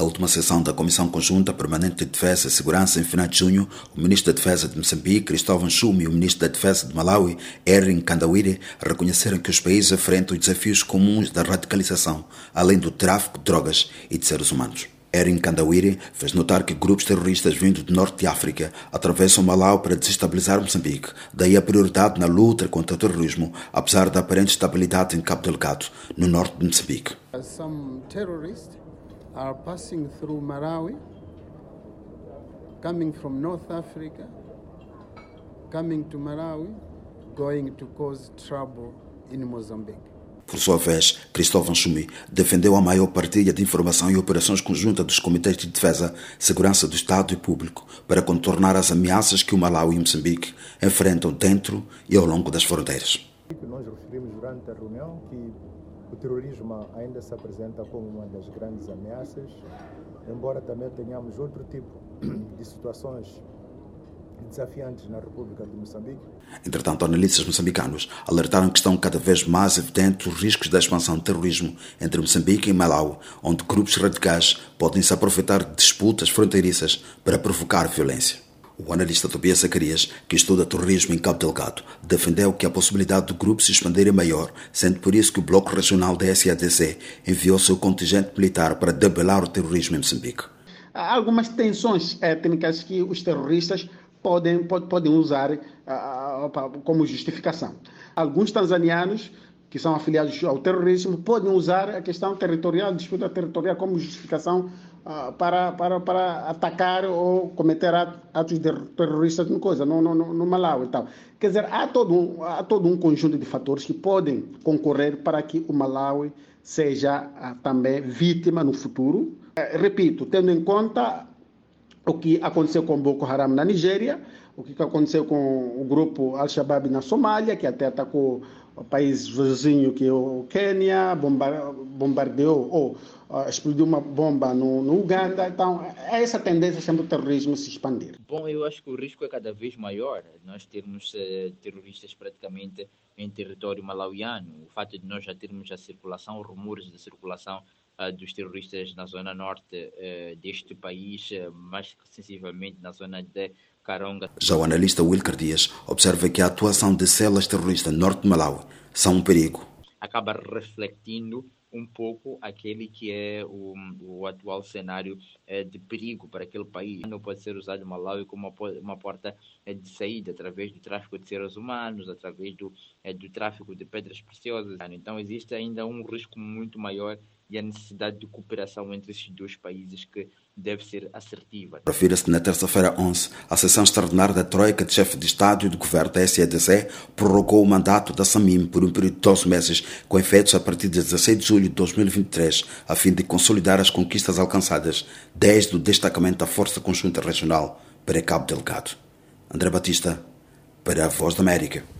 última sessão da Comissão Conjunta Permanente de Defesa e Segurança, em final de junho, o Ministro da Defesa de Moçambique, Cristóvão Chumi, e o Ministro da Defesa de Malawi, Erin Kandawire, reconheceram que os países enfrentam os desafios comuns da radicalização, além do tráfico de drogas e de seres humanos. Erin Kandawire fez notar que grupos terroristas vindos do norte de África atravessam Malawi para desestabilizar Moçambique, daí a prioridade na luta contra o terrorismo, apesar da aparente estabilidade em Cabo Delgado, no norte de Moçambique. Some terrorists are passing through Malawi, coming from North Africa, coming to Malawi, going to cause trouble in Mozambique. Por sua vez, Cristóvão Chumi defendeu a maior partilha de informação e operações conjuntas dos Comitês de Defesa, Segurança do Estado e Público para contornar as ameaças que o Malawi e Moçambique enfrentam dentro e ao longo das fronteiras. Nós referimos durante a reunião que o terrorismo ainda se apresenta como uma das grandes ameaças, embora também tenhamos outro tipo de situações desafiantes na República de Moçambique. Entretanto, analistas moçambicanos alertaram que estão cada vez mais evidentes os riscos da expansão do terrorismo entre Moçambique e Malawi, onde grupos radicais podem se aproveitar de disputas fronteiriças para provocar violência. O analista Tobias Zacarias, que estuda terrorismo em Cabo Delgado, defendeu que a possibilidade do grupo se expandir é maior, sendo por isso que o Bloco Regional da SADC enviou seu contingente militar para debelar o terrorismo em Moçambique. Há algumas tensões étnicas que os terroristas podem usar como justificação. Alguns tanzanianos que são afiliados ao terrorismo podem usar a questão territorial, a disputa territorial, como justificação para atacar ou cometer atos terroristas no Malawi e tal. Quer dizer, há todo um conjunto de fatores que podem concorrer para que o Malawi seja também vítima no futuro. Repito, tendo em conta o que aconteceu com Boko Haram na Nigéria, o que aconteceu com o grupo Al-Shabaab na Somália, que até atacou o país vizinho, que é o Quênia, bombardeou ou explodiu uma bomba no Uganda. Então, é essa tendência sempre do terrorismo se expandir. Bom, eu acho que o risco é cada vez maior. Nós termos terroristas praticamente em território malauiano. O fato de nós já termos a circulação, rumores de circulação dos terroristas na zona norte deste país, mais sensivelmente na zona de Karonga. Já o analista Wilker Dias observa que a atuação de células terroristas no norte de Malawi são um perigo. Acaba refletindo um pouco aquele que é o atual cenário de perigo para aquele país. Não pode ser usado o Malawi como uma porta de saída, através do tráfico de seres humanos, através do tráfico de pedras preciosas. Então existe ainda um risco muito maior e a necessidade de cooperação entre esses dois países que deve ser assertiva. Refira-se na terça-feira 11, a sessão extraordinária da Troika de chefe de Estado e de Governo da SADC prorrogou o mandato da SAMIM por um período de 12 meses, com efeitos a partir de 16 de julho de 2023, a fim de consolidar as conquistas alcançadas desde o destacamento da Força Conjunta Regional para Cabo Delgado. André Batista, para a Voz da América.